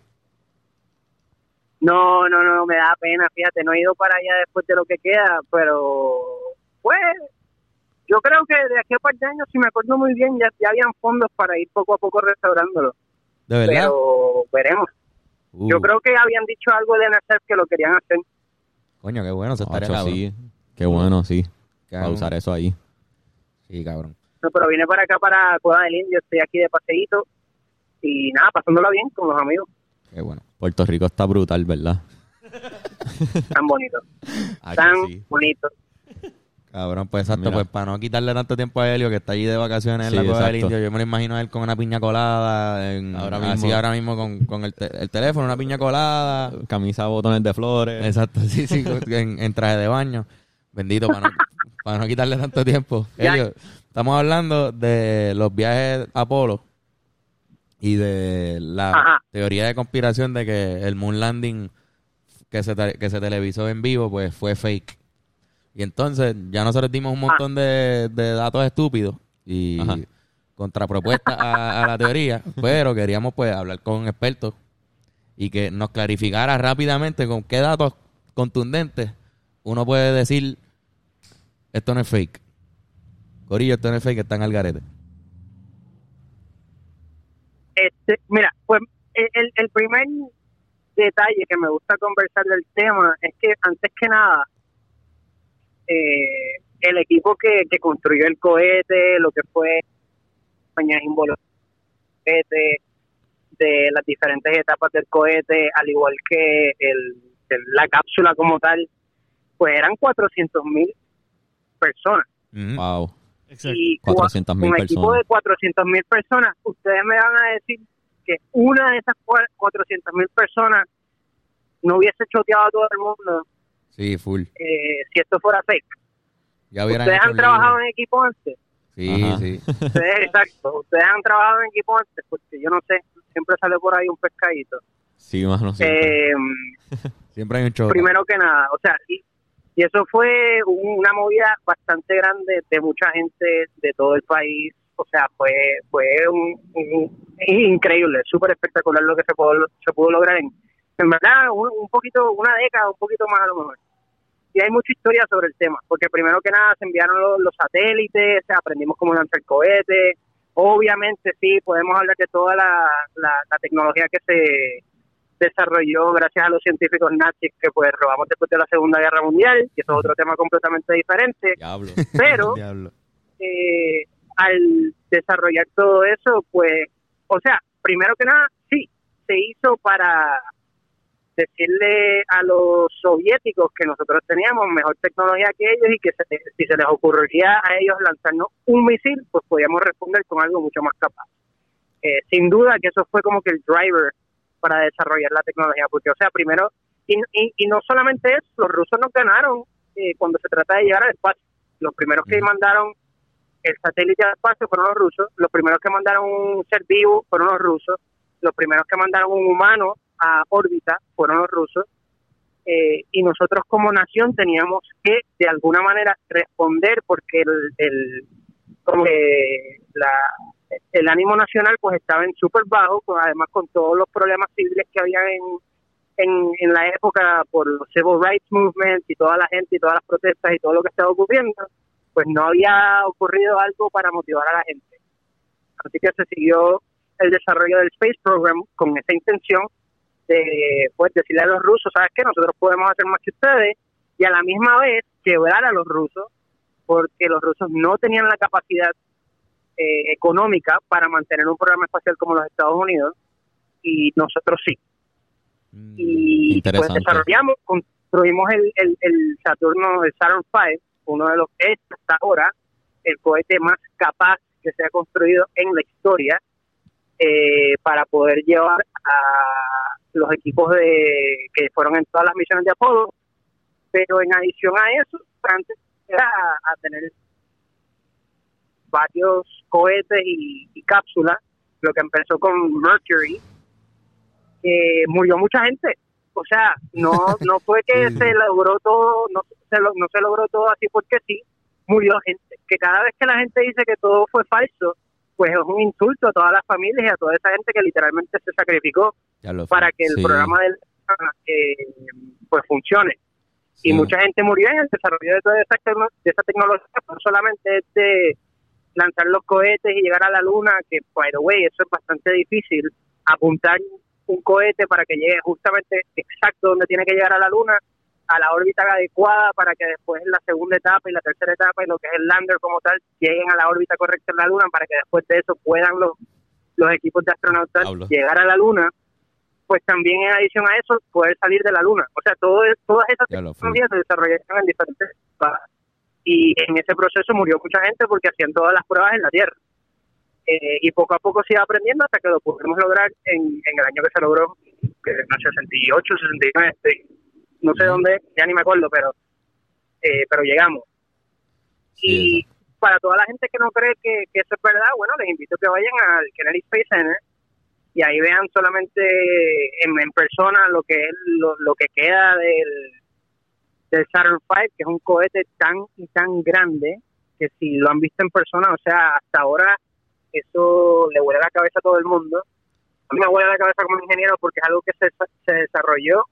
No, me da pena, fíjate, no he ido para allá después de lo que queda, pero pues yo creo que de aquí a un par de años, si me acuerdo muy bien, ya habían fondos para ir poco a poco restaurándolo. ¿De verdad? Pero veremos. Yo creo que habían dicho algo de NSF que lo querían hacer. Coño, qué bueno, se estaría cabrón. Sí, qué bueno, sí. Para usar eso ahí. Sí, cabrón. No, pero vine para acá, para Cueva del Indio, estoy aquí de paseíto y nada, pasándola bien con los amigos. Qué bueno. Puerto Rico está brutal, ¿verdad? Tan bonito. Bonito. Cabrón, pues exacto. Mira. Pues para no quitarle tanto tiempo a Helio, que está allí de vacaciones en la Cueva del Indio, yo me lo imagino a él con una piña colada, ahora mismo con el teléfono, una piña colada. Camisa, botones de flores. Exacto, sí, en traje de baño. Bendito, para no quitarle tanto tiempo. Helio, estamos hablando de los viajes Apolo y de la teoría de conspiración de que el Moon Landing que se televisó en vivo, pues fue fake. Y entonces ya nosotros dimos un montón de datos estúpidos y contrapropuestas a la teoría, pero queríamos pues hablar con expertos y que nos clarificara rápidamente con qué datos contundentes uno puede decir esto no es fake. Corillo, esto no es fake, están al garete. Mira, pues el primer detalle que me gusta conversar del tema es que antes que nada el equipo que construyó el cohete, lo que fue compañías involucradas de las diferentes etapas del cohete, al igual que la cápsula como tal, pues eran 400,000 personas. Wow. Y 400,000 un equipo de 400,000 personas, ustedes me van a decir que una de esas 400,000 personas no hubiese choteado a todo el mundo. Sí, full. Si esto fuera fake. Ya ¿Ustedes han trabajado en equipo antes? Sí. Exacto. ¿Ustedes han trabajado en equipo antes? Porque yo no sé, siempre sale por ahí un pescadito. Sí, más no sé. Siempre hay un show. Primero que nada, o sea, y eso fue una movida bastante grande de mucha gente de todo el país. O sea, fue increíble, súper espectacular lo que se pudo lograr en verdad, un poquito, una década, un poquito más a lo mejor. Y hay mucha historia sobre el tema, porque primero que nada se enviaron los satélites, aprendimos cómo lanzar cohetes. Obviamente sí, podemos hablar de toda la tecnología que se desarrolló gracias a los científicos nazis que pues robamos después de la Segunda Guerra Mundial, y eso es otro tema completamente diferente. Diablo. Pero al desarrollar todo eso, pues, o sea, primero que nada, sí, se hizo para decirle a los soviéticos que nosotros teníamos mejor tecnología que ellos y que si se les ocurriría a ellos lanzarnos un misil, pues podíamos responder con algo mucho más capaz. Sin duda que eso fue como que el driver para desarrollar la tecnología, porque, o sea, primero, y no solamente eso, los rusos nos ganaron cuando se trata de llegar al espacio. Los primeros que mandaron el satélite al espacio fueron los rusos, los primeros que mandaron un ser vivo fueron los rusos, los primeros que mandaron un humano a órbita fueron los rusos, y nosotros como nación teníamos que de alguna manera responder porque el ánimo nacional pues estaba en súper bajo, pues además con todos los problemas civiles que había en la época por los civil rights movements y toda la gente y todas las protestas y todo lo que estaba ocurriendo, pues no había ocurrido algo para motivar a la gente. Así que se siguió el desarrollo del Space Program con esa intención de pues decirle a los rusos, ¿sabes qué? Nosotros podemos hacer más que ustedes, y a la misma vez quebrar a los rusos, porque los rusos no tenían la capacidad económica para mantener un programa espacial como los Estados Unidos, y nosotros sí. Y pues desarrollamos, construimos el Saturn V, uno de los que es hasta ahora el cohete más capaz que se ha construido en la historia, para poder llevar a los equipos que fueron en todas las misiones de Apolo. Pero en adición a eso, antes era a tener varios cohetes y cápsulas, lo que empezó con Mercury, que murió mucha gente. O sea, no fue que se logró todo, no se logró todo así porque sí, murió gente. Que cada vez que la gente dice que todo fue falso, pues es un insulto a todas las familias y a toda esa gente que literalmente se sacrificó para que el programa pues funcione. Sí. Y mucha gente murió en el desarrollo de toda esa tecnología, no solamente de lanzar los cohetes y llegar a la luna, que by the way, eso es bastante difícil, apuntar un cohete para que llegue justamente exacto donde tiene que llegar a la luna, a la órbita adecuada, para que después en la segunda etapa y la tercera etapa y lo que es el lander como tal lleguen a la órbita correcta en la luna, para que después de eso puedan los equipos de astronautas llegar a la luna. Pues también en adición a eso poder salir de la luna. O sea, todas esas tecnologías se desarrollaron en diferentes etapas, y en ese proceso murió mucha gente porque hacían todas las pruebas en la Tierra. Y poco a poco se iba aprendiendo hasta que lo pudimos lograr en el año que se logró, que en el 68, 69, no sé dónde, ya ni me acuerdo, pero llegamos. Sí, y para toda la gente que no cree que eso es verdad, bueno, les invito a que vayan al Kennedy Space Center y ahí vean solamente en persona lo que es lo que queda del Saturn V, que es un cohete tan grande que si lo han visto en persona, o sea, hasta ahora eso le huele la cabeza a todo el mundo. A mí me huele la cabeza como ingeniero porque es algo que se desarrolló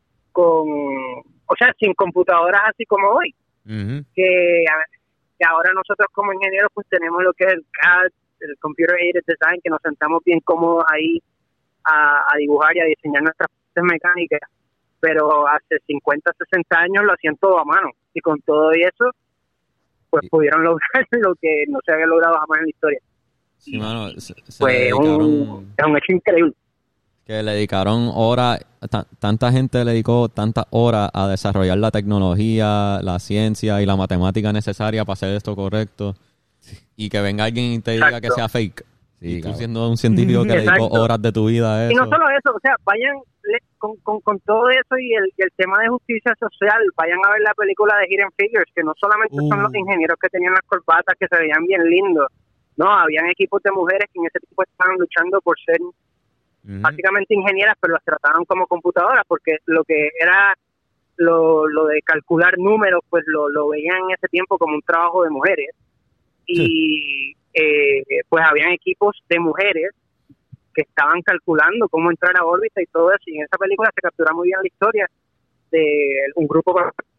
sin computadoras así como hoy. Uh-huh. Que ahora nosotros como ingenieros pues tenemos lo que es el CAD, el Computer Aided Design, que nos sentamos bien cómodos ahí a dibujar y a diseñar nuestras partes mecánicas, pero hace 50, 60 años lo hacían todo a mano, y con todo y eso pues pudieron lograr lo que no se había logrado jamás en la historia. Sí, mano, pues es un hecho increíble. Que le dedicaron horas, tanta gente le dedicó tantas horas a desarrollar la tecnología, la ciencia y la matemática necesaria para hacer esto correcto. Y que venga alguien y te diga que sea fake. Sí, y tú siendo un científico que dedicó horas de tu vida a eso. Y no solo eso, o sea, vayan con todo eso y el tema de justicia social, vayan a ver la película de Hidden Figures, que no solamente son los ingenieros que tenían las corbatas que se veían bien lindos, no, habían equipos de mujeres que en ese tiempo estaban luchando por ser básicamente ingenieras, pero las trataban como computadoras, porque lo que era lo de calcular números, pues lo veían en ese tiempo como un trabajo de mujeres. Y pues habían equipos de mujeres que estaban calculando cómo entrar a órbita y todo eso, y en esa película se captura muy bien la historia de un grupo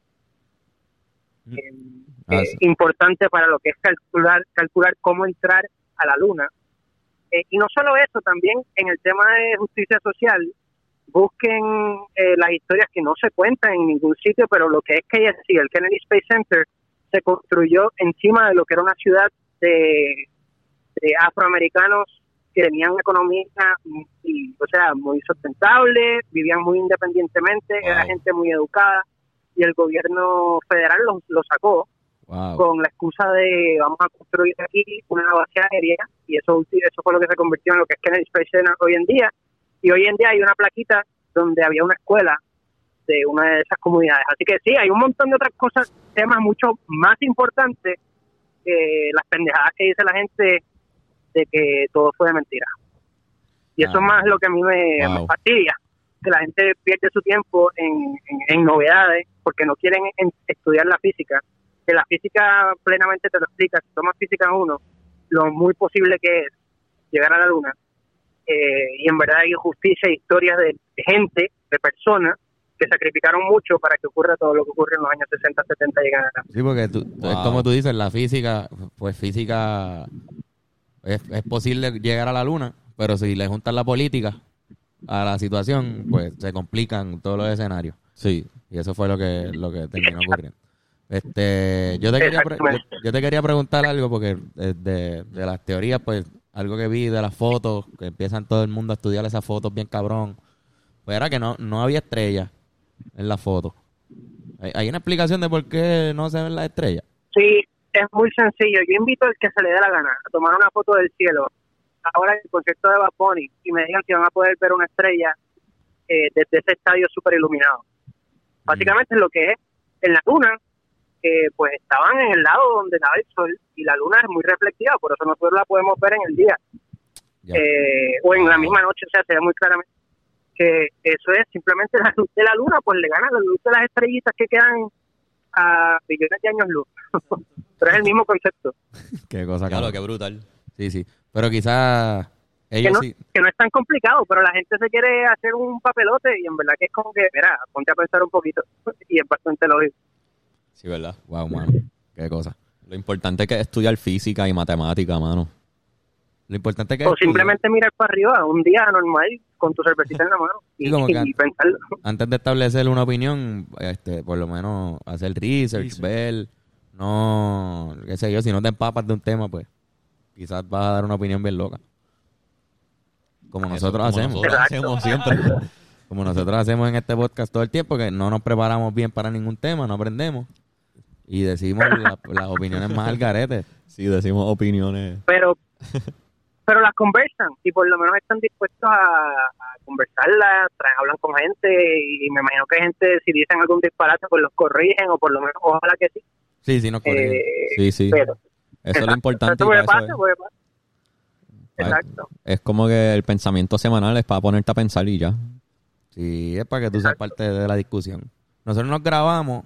importante para lo que es calcular cómo entrar a la luna. Y no solo eso, también en el tema de justicia social, busquen las historias que no se cuentan en ningún sitio, pero lo que es que el Kennedy Space Center se construyó encima de lo que era una ciudad de afroamericanos que tenían una economía muy sustentable, vivían muy independientemente, era gente muy educada, y el gobierno federal lo sacó con la excusa de vamos a construir aquí una base aérea, y eso fue lo que se convirtió en lo que es Kennedy Space Center hoy en día. Y hoy en día hay una plaquita donde había una escuela de una de esas comunidades. Así que sí, hay un montón de otras cosas, temas mucho más importantes las pendejadas que dice la gente de que todo fue de mentira. Y eso es más lo que a mí me fastidia, que la gente pierde su tiempo en novedades porque no quieren estudiar la física, que la física plenamente te lo explica. Si tomas física 1, lo muy posible que es llegar a la luna, y en verdad hay justicia e historias de gente, de personas que sacrificaron mucho para que ocurra todo lo que ocurre en los años 60, 70 llegan acá. Sí, porque es como tú dices, la física, pues física es posible llegar a la luna, pero si le juntan la política a la situación, pues se complican todos los escenarios. Sí. Y eso fue lo que terminó ocurriendo. Yo te quería preguntar algo porque de las teorías, pues algo que vi de las fotos, que empiezan todo el mundo a estudiar esas fotos bien cabrón, pues era que no había estrellas en las fotos. ¿Hay una explicación de por qué no se ven las estrellas? Sí, es muy sencillo. Yo invito al que se le dé la gana a tomar una foto del cielo ahora en el concierto de Bad Bunny y me digan que van a poder ver una estrella desde ese estadio súper iluminado. Básicamente es lo que es. En la luna, pues estaban en el lado donde estaba el sol y la luna es muy reflectiva, por eso nosotros la podemos ver en el día. O en la misma noche, o sea, se ve muy claramente que eso es simplemente la luz de la luna, pues le gana la luz de las estrellitas que quedan a billones de años luz. Pero es el mismo concepto. Qué cosa, claro, qué brutal. Sí. Pero quizás ellos que no es tan complicado, pero la gente se quiere hacer un papelote y en verdad que es como que, mira, ponte a pensar un poquito y es bastante lógico. Sí, ¿verdad? Wow, mano. Qué cosa. Lo importante es que estudiar física y matemática, mano. Lo importante es que... O simplemente mirar para arriba un día normal con tu cervecita en la mano y pensarlo. Antes de establecer una opinión, por lo menos hacer research, ver, no, qué sé yo, si no te empapas de un tema, pues quizás vas a dar una opinión bien loca. Como nosotros hacemos. Nosotros hacemos siempre. Como nosotros hacemos en este podcast todo el tiempo, que no nos preparamos bien para ningún tema, no aprendemos. Y decimos las opiniones más al garete. Sí, decimos opiniones. Pero las conversan y por lo menos están dispuestos a conversarlas, hablan con gente y me imagino que hay gente, si dicen algún disparate, pues los corrigen o por lo menos, ojalá que sí. Sí, nos corrigen. Sí. Pero, eso es lo importante. Puede pasar. Exacto. Es como que el pensamiento semanal es para ponerte a pensar y ya. Sí, es para que tú seas parte de la discusión. Nosotros nos grabamos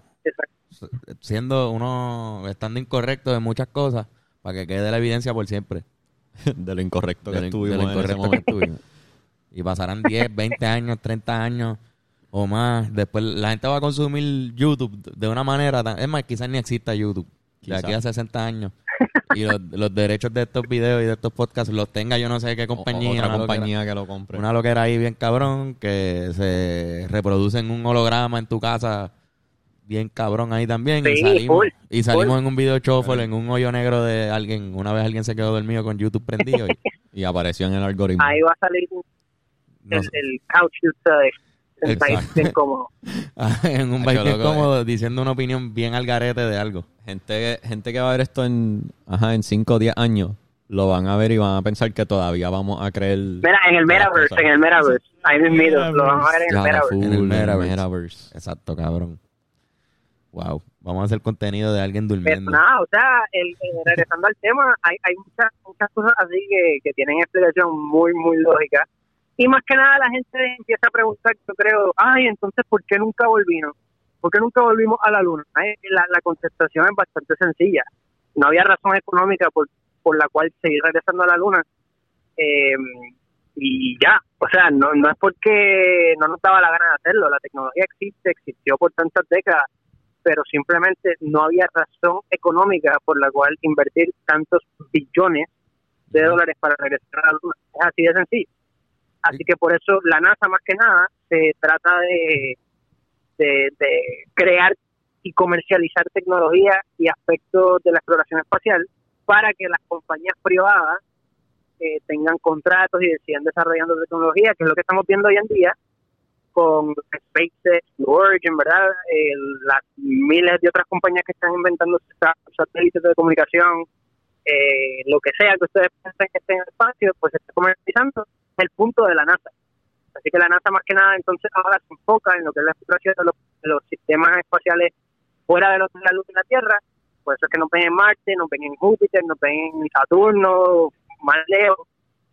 estando incorrectos de muchas cosas para que quede la evidencia por siempre. De lo incorrecto que estuvimos. De lo incorrecto que estuvimos. Y pasarán 10, 20 años, 30 años o más. Después la gente va a consumir YouTube de una manera... Es más, quizás ni exista YouTube. De aquí a 60 años. Y los derechos de estos videos y de estos podcasts los tenga yo no sé qué compañía. Otra compañía que lo compre. Una loquera ahí bien cabrón que se reproduce en un holograma en tu casa bien cabrón ahí también. Sí, y salimos en un video shuffle en un hoyo negro de alguien. Una vez alguien se quedó dormido con YouTube prendido y apareció en el algoritmo. Ahí va a salir el couch de ustedes. En país bien cómodo. En un país bien cómodo diciendo una opinión bien al garete de algo. Gente que va a ver esto en 5 o 10 años lo van a ver y van a pensar que todavía vamos a creer. Mira, en el Metaverse. Ahí mismo lo van a ver en el Metaverse. Exacto, cabrón. Wow. Vamos a hacer contenido de alguien durmiendo. Pero nada, o sea, regresando al tema, hay muchas cosas así que tienen explicación muy, muy lógica. Y más que nada la gente empieza a preguntar, yo creo, entonces, ¿por qué nunca volvimos? ¿Por qué nunca volvimos a la luna? La contestación es bastante sencilla. No había razón económica por la cual seguir regresando a la luna. Y ya, o sea, no es porque no nos daba la gana de hacerlo. La tecnología existió por tantas décadas, pero simplemente no había razón económica por la cual invertir tantos billones de dólares para regresar a la luna. Es así de sencillo. Así que por eso la NASA más que nada se trata de crear y comercializar tecnología y aspectos de la exploración espacial para que las compañías privadas tengan contratos y sigan desarrollando tecnología, que es lo que estamos viendo hoy en día con SpaceX, Blue Origin, ¿verdad? Las miles de otras compañías que están inventando satélites de comunicación, lo que sea que ustedes piensen que esté en el espacio, pues se está comercializando el punto de la NASA. Así que la NASA más que nada entonces ahora se enfoca en lo que es la exploración de los sistemas espaciales fuera de la luz de la Tierra Por eso es que nos ven en Marte, nos ven en Júpiter, nos ven en Saturno, más lejos.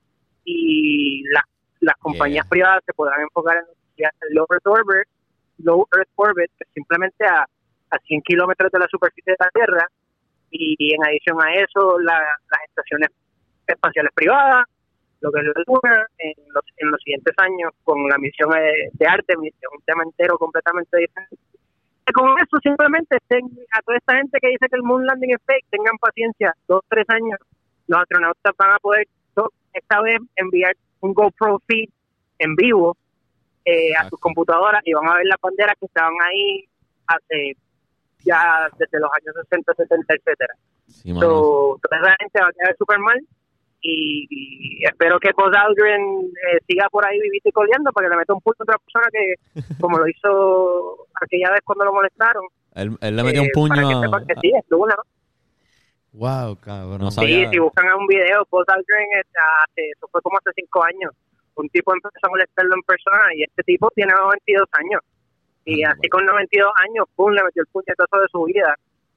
Y las compañías privadas se podrán enfocar en el Low Earth Orbit, que es simplemente a 100 kilómetros de la superficie de la Tierra. Y en adición a eso, las estaciones espaciales privadas, lo que es la Luna, en los siguientes años, con la misión de Artemis, que es un tema entero completamente diferente. Con eso simplemente a toda esta gente que dice que el moon landing es fake, tengan paciencia, 2-3 años, los astronautas van a poder esta vez enviar un GoPro feed en vivo a sus computadoras y van a ver las banderas que estaban ahí hace ya desde los años 60, 70, etcétera. Sí, Toda esa gente va a quedar súper mal y espero que Buzz Aldrin siga por ahí vivito y coleando para que le meta un puño a otra persona que, como lo hizo aquella vez cuando lo molestaron. Él le metió un puño para que sepan que sí, es Luna, ¿no? Wow, cabrón. No Sí, sabía. si buscan un video, Buzz Aldrin, eso fue como hace 5 años. Un tipo empezó a molestarlo en persona y este tipo tiene 92 años. Y así con 92 años, pum, le metió el puñetazo de su vida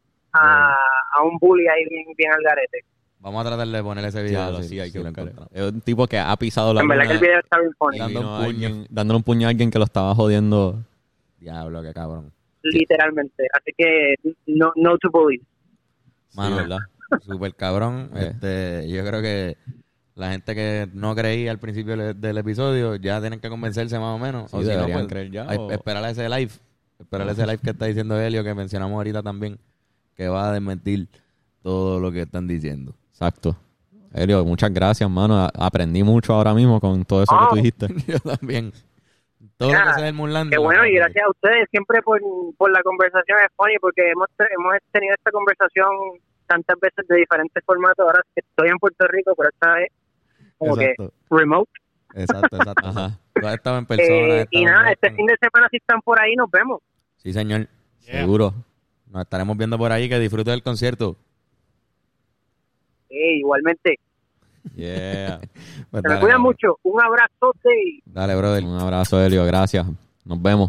a un bully ahí bien al garete. Vamos a tratar de poner ese video. Claro, si- sí, hay si que lo buscarlo. encontramos. Es un tipo que ha pisado la En verdad luna que el video está bien funny. y Dando vino un puño. dándole un puño a alguien que lo estaba jodiendo. Diablo, qué cabrón. Literalmente. Así que no to bullies. Mano, ¿verdad? súper cabrón. Yo creo que la gente que no creía al principio del episodio ya tienen que convencerse más o menos. Sí, o si no, deberían pues, creer ya, o- esperar a ese live. Esperar a ese live que está diciendo Helio, que mencionamos ahorita también, que va a desmentir todo lo que están diciendo. Exacto. Helio, muchas gracias, mano. Aprendí mucho ahora mismo con todo eso que tú dijiste. Yo también. Todo lo Nada, que sea del Moonland. Qué bueno, y gracias a ustedes siempre por la conversación. Es funny porque hemos tenido esta conversación tantas veces de diferentes formatos. Ahora que estoy en Puerto Rico, pero esta vez como Exacto. que remote. Exacto. Ajá. Tú has estado en persona. Y nada, este fin de semana si están por ahí nos vemos. Sí, señor. Seguro. Nos estaremos viendo por ahí. Que disfrute del concierto. Igualmente. Yeah. Pues Se me dale, cuidan cabrón. mucho. Un abrazote y Dale, brother. Un abrazo, Helio. Gracias. Nos vemos.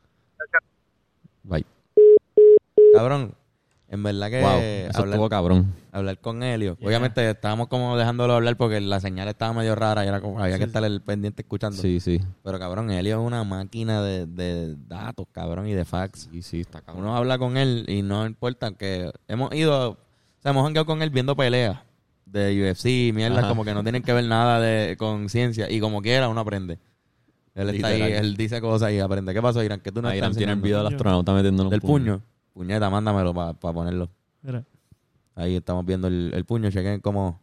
Bye. Cabrón, en verdad que Wow. Eso estuvo cabrón. hablar con Helio. Obviamente estábamos como dejándolo hablar porque la señal estaba medio rara y era como, había que estar el pendiente escuchando. Sí, sí. Pero cabrón, Helio es una máquina de datos, cabrón, y de fax. Sí, sí, está cabrón. Uno habla con él y no importa que hemos hemos hangueado con él viendo peleas de UFC, mierda, Ajá. como que no tienen que ver nada con ciencia y como quiera uno aprende. Él está ahí, Literal. él dice cosas y aprende. ¿Qué pasó, Irán? Que tú no Ahí estás tiene el enseñando? video del astronauta metiéndole un Del puño. Puñeta, mándamelo para ponerlo. Mira. Ahí estamos viendo el puño. Chequen cómo...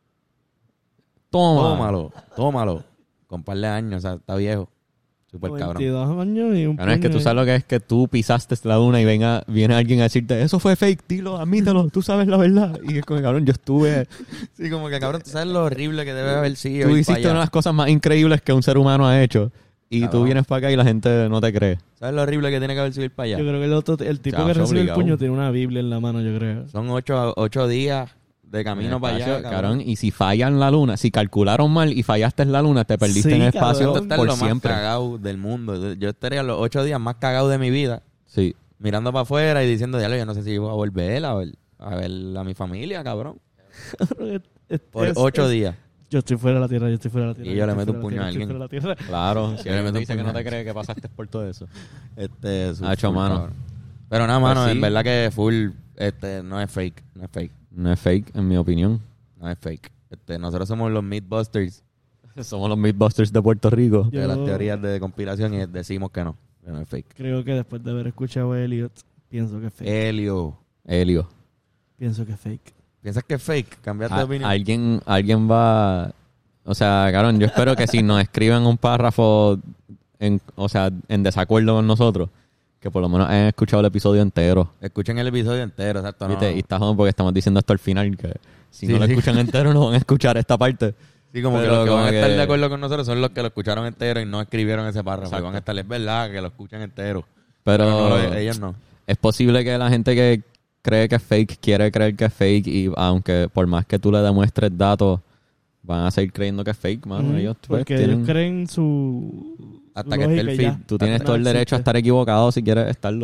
Toma. Tómalo. Con par de años, o sea, está viejo. Súper cabrón. 22 años y un Cabrón, es que puño tú ahí. sabes lo que es que tú pisaste la luna y viene alguien a decirte, eso fue fake, dilo, admítelo, tú sabes la verdad. Y es como, cabrón, yo estuve... Sí, como que cabrón, tú sabes lo horrible que debe haber sido. Tú ir hiciste para una de allá. las cosas más increíbles que un ser humano ha hecho. Y tú Cabrón. vienes para acá y la gente no te cree. ¿Sabes lo horrible que tiene que haber sido ir para allá? Yo creo que el tipo Chao, que es recibe obligado. el puño tiene una Biblia en la mano, yo creo. Son 8 días de camino para allá, Espacio, cabrón. Y si fallan la luna, si calcularon mal y fallaste en la luna, te perdiste Sí, en el cabrón. espacio Esto está por lo siempre. más cagado del mundo. Yo estaría los 8 días más cagados de mi vida, Sí. mirando para afuera y diciendo, diablo, yo no sé si voy a volver a ver a mi familia, cabrón. Por 8 días. Yo estoy fuera de la tierra, yo estoy fuera de la tierra. Y yo le estoy meto un fuera de la puño a tierra, alguien. yo estoy fuera de la tierra. Claro, si Yo le alguien meto te un dice que no puñal. te cree que pasaste por todo eso. Full mano. cabrón. Pero nada, mano, Pues sí. en verdad que full, no es fake, No es fake, en mi opinión. no es fake. Nosotros somos los Mythbusters Somos los Mythbusters de Puerto Rico. Yo- de las teorías de conspiración y decimos que no es fake. Creo que después de haber escuchado a Elliot, pienso que es fake. Helio, Helio. Pienso que es fake. ¿piensas que es fake? ¿Cambiaste de opinión? Alguien va... O sea, cabrón, yo espero que si nos escriben un párrafo en desacuerdo con nosotros, que por lo menos hayan escuchado el episodio entero. Escuchen el episodio entero, exacto. No, ¿Viste? Y está jodido porque estamos diciendo esto al final, que si Sí, no lo sí. escuchan entero no van a escuchar esta parte. Sí, como que Pero los que como van a estar que- de acuerdo con nosotros son los que lo escucharon entero y no escribieron ese párrafo. Exacto. Y van a estar, es verdad, que lo escuchan entero. Pero no, ellos no. es posible que la gente que cree que es fake quiere creer que es fake y aunque por más que tú le demuestres datos, van a seguir creyendo que es fake, mano. Ujú, Ellos pues, porque tienen... ellos creen su Hasta su que esté el lógica y feed. ya. Tú tienes No todo el derecho a existe. estar equivocado si quieres estarlo.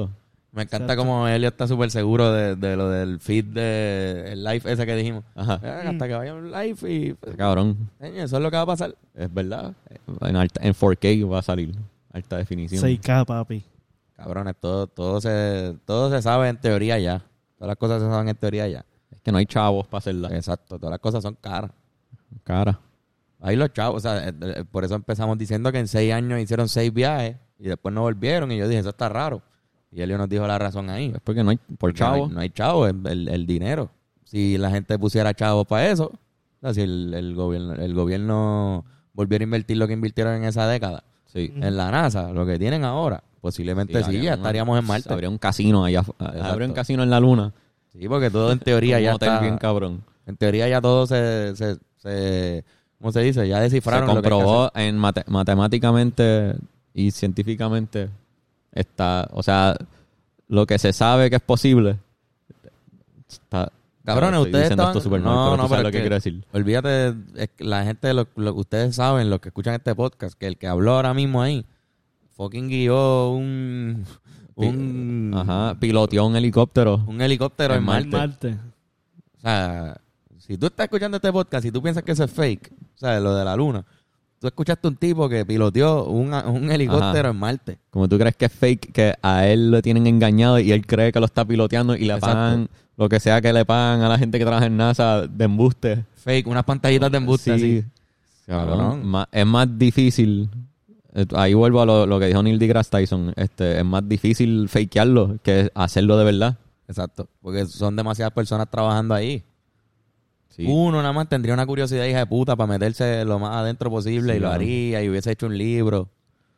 Me encanta Exacto. como Elio está súper seguro de lo del feed el live ese que dijimos. Ajá. Hasta que vaya un live y... pues, Cabrón, eso es lo que va a pasar. es verdad. En 4K va a salir. Alta definición. 6K, papi. Cabrones, todo se sabe en teoría ya. Todas las cosas se saben en teoría ya. Es que no hay chavos para hacerla. Exacto, todas las cosas son caras. Cara. Ahí los chavos, o sea, por eso empezamos diciendo que en 6 años hicieron 6 viajes y después no volvieron. Y yo dije, eso está raro. Y Elio nos dijo la razón ahí. Es porque no hay, por Porque chavos. No hay chavos, el dinero. Si la gente pusiera chavos para eso, o sea, si el gobierno volviera a invertir lo que invirtieron en esa década Sí. en la NASA, lo que tienen ahora, posiblemente sí, ya estaríamos en Marte. Habría un casino allá. Habría un casino en la luna. Sí, porque todo en teoría Un ya hotel está... bien cabrón. En teoría ya todo se ¿cómo se dice? Ya Se descifraron lo que hay que comprobó hacer. en matemáticamente y científicamente está, o sea, lo que se sabe que es posible está. Cabrones, estoy ustedes diciendo estaban... esto súper mal, pero tú sabes pero lo es que quiero decir. Olvídate, es que la gente, ustedes saben, los que escuchan este podcast, que el que habló ahora mismo ahí, fucking guió un Ajá, piloteó un helicóptero. un helicóptero en En Marte. Marte. O sea, si tú estás escuchando este podcast y tú piensas que eso es fake, o sea, lo de la luna, tú escuchaste un tipo que piloteó un helicóptero Ajá. en Marte. Como tú crees que es fake, que a él lo tienen engañado y él cree que lo está piloteando y le Exacto. pagan lo que sea que le pagan a la gente que trabaja en NASA de embuste. Fake, unas pantallitas de embuste así. Cabrón. Es más difícil. Ahí vuelvo a lo que dijo Neil deGrasse Tyson. Es más difícil fakearlo que hacerlo de verdad. Exacto, porque son demasiadas personas trabajando ahí. Sí. Uno nada más tendría una curiosidad hija de puta para meterse lo más adentro posible Sí, y lo claro. haría y hubiese hecho un libro.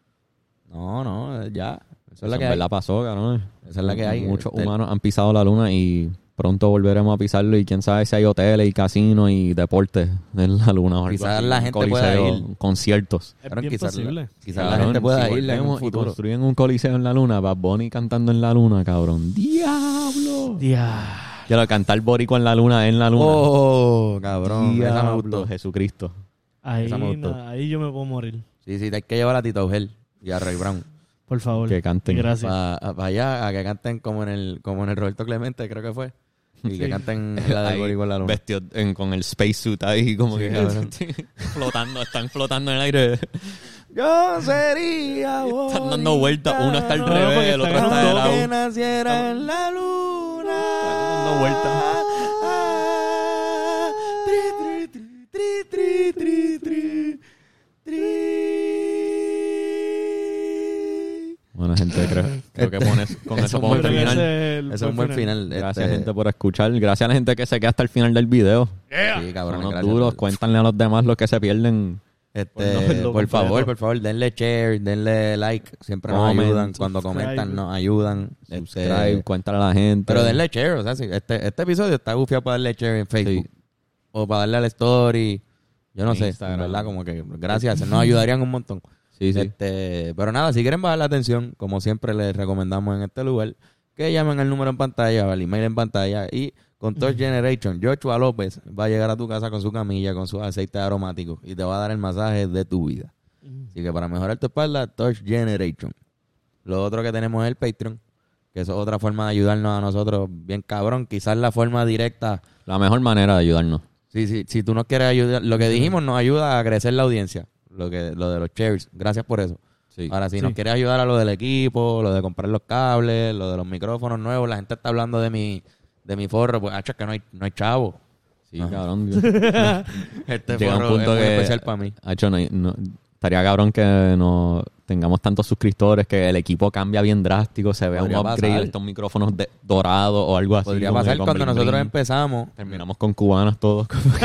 No, ya. Eso es la que en hay. verdad pasó, cabrón. Esa es la que hay. Muchos humanos han pisado la luna y pronto volveremos a pisarlo y quién sabe si hay hoteles y casinos y deportes en la luna. O algo Quizás así, la un gente coliseo, pueda ir. conciertos. Es Cabrón, bien posible. Quizás la Cabrón, gente pueda si ir en un volvemos y futuro. construyen un coliseo en la luna, Bad Bunny cantando en la luna, cabrón. ¡Diablo! Ya. Ya lo cantar boricua en la luna. Oh, cabrón. Esa me Diablo, gustó. Jesucristo. Ahí, Esa me gustó. ahí yo me puedo morir. Sí, hay que llevar a Tito Ugel y a Ray Brown. Por favor. Que canten. Gracias. Para allá, a que canten como en el Roberto Clemente, creo que fue. Y que canten la de Ahí, Boricua en la luna. vestidos con el spacesuit ahí, como que flotando, están flotando en el aire. Yo sería Están dando vueltas, uno está al No, revés, porque el otro están está de dando que lado. naciera en la luna. Están dando vueltas. Tri, tri, tri, tri, tri, tri, tri. Bueno, gente, creo que con Eso eso es podemos muy terminar. Ese es un buen final. Gracias, gente, por escuchar. Gracias a la gente que se queda hasta el final del video. Sí, cabrón. Son unos gracias. duros. Cuéntanle a los demás lo que se pierden. Por no verlo completo. por favor, denle share, denle like. Siempre nos Comment, ayudan. Cuando subscribe. comentan, nos ayudan. Subscribe, cuéntale a la gente. Pero denle share. O sea, si este episodio está gufiado para darle share en Facebook. Sí. O para darle al story. Yo no En sé. Instagram. ¿Verdad? Como que gracias. Nos ayudarían un montón. Sí, sí. Pero nada, si quieren bajar la atención, como siempre les recomendamos en este lugar, que llamen al número en pantalla, al email en pantalla y con Touch Generation, Joshua López va a llegar a tu casa con su camilla, con sus aceites aromáticos y te va a dar el masaje de tu vida. Así que para mejorar tu espalda, Touch Generation. Lo otro que tenemos es el Patreon, que eso es otra forma de ayudarnos a nosotros bien cabrón. Quizás la forma directa, La mejor manera de ayudarnos. si tú nos quieres ayudar, lo que dijimos nos ayuda a crecer la audiencia, lo de los shares. Gracias por eso. Sí. Ahora, si Sí. nos quieres ayudar a lo del equipo, lo de comprar los cables, lo de los micrófonos nuevos, la gente está hablando de mi forro, pues, es que no hay chavo. Sí, Ajá. cabrón. Este Llega un forro punto es muy que especial para mí. Hacho, estaría cabrón que no tengamos tantos suscriptores que el equipo cambia bien drástico, se vea un Podría upgrade, pasar. estos micrófonos dorados o algo así. Podría como pasar que con cuando bling nosotros bling. empezamos. Terminamos con cubanas todos.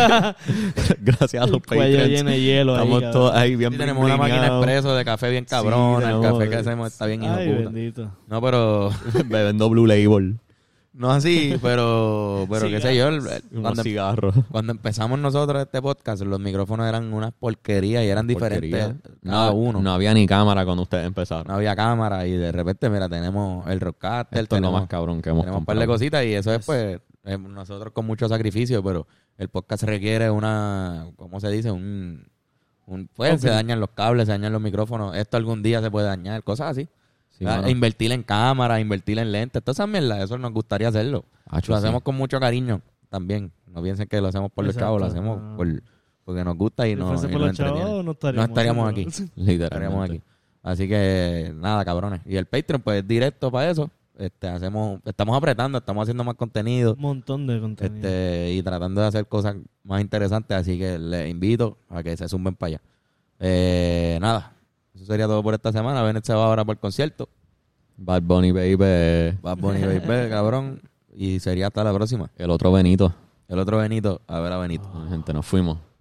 Gracias a los Cuello Patreons. lleno de hielo ahí, Estamos cabrón. todos ahí bien Sí, tenemos una máquina blineados, expreso de café bien cabrona. El tenemos- café que hacemos está bien hijo Ay, de puta. bendito. No, pero bebiendo Blue Label. no así, pero qué sé yo. Unos cigarros. Cuando empezamos nosotros este podcast, los micrófonos eran unas porquerías y eran diferentes cada uno. No había ni cámara cuando ustedes empezaron. No había cámara y de repente, mira, tenemos el Rodecaster, Esto es lo tenemos, más cabrón que hemos tenemos un par de comprado. cositas y eso es pues nosotros con mucho sacrificio, pero el podcast requiere una, ¿cómo se dice? Pues se dañan los cables, se dañan los micrófonos, esto algún día se puede dañar, cosas así. Sí, mano. Invertir en cámaras, invertir en lentes, todas esas mierdas, eso nos gustaría hacerlo. Acho, Lo sí. hacemos con mucho cariño también. No piensen que lo hacemos por los Exacto. chavos, lo hacemos porque nos gusta y Si nos, fuese y por nos los chavos, entretiene. no No estaríamos aquí. haciéndolo. Estaríamos Literalmente. aquí. Así que nada, cabrones. Y el Patreon, pues directo para eso. Estamos apretando, estamos haciendo más contenido. Un montón de contenido. Y tratando de hacer cosas más interesantes, así que les invito a que se zumben para allá. Nada, eso sería todo por esta semana. Bennett se va ahora por el concierto. Bad Bunny, baby. Bad Bunny, baby, cabrón. Y sería hasta la próxima. El otro Benito. El otro Benito, a ver a Benito. Gente, nos fuimos.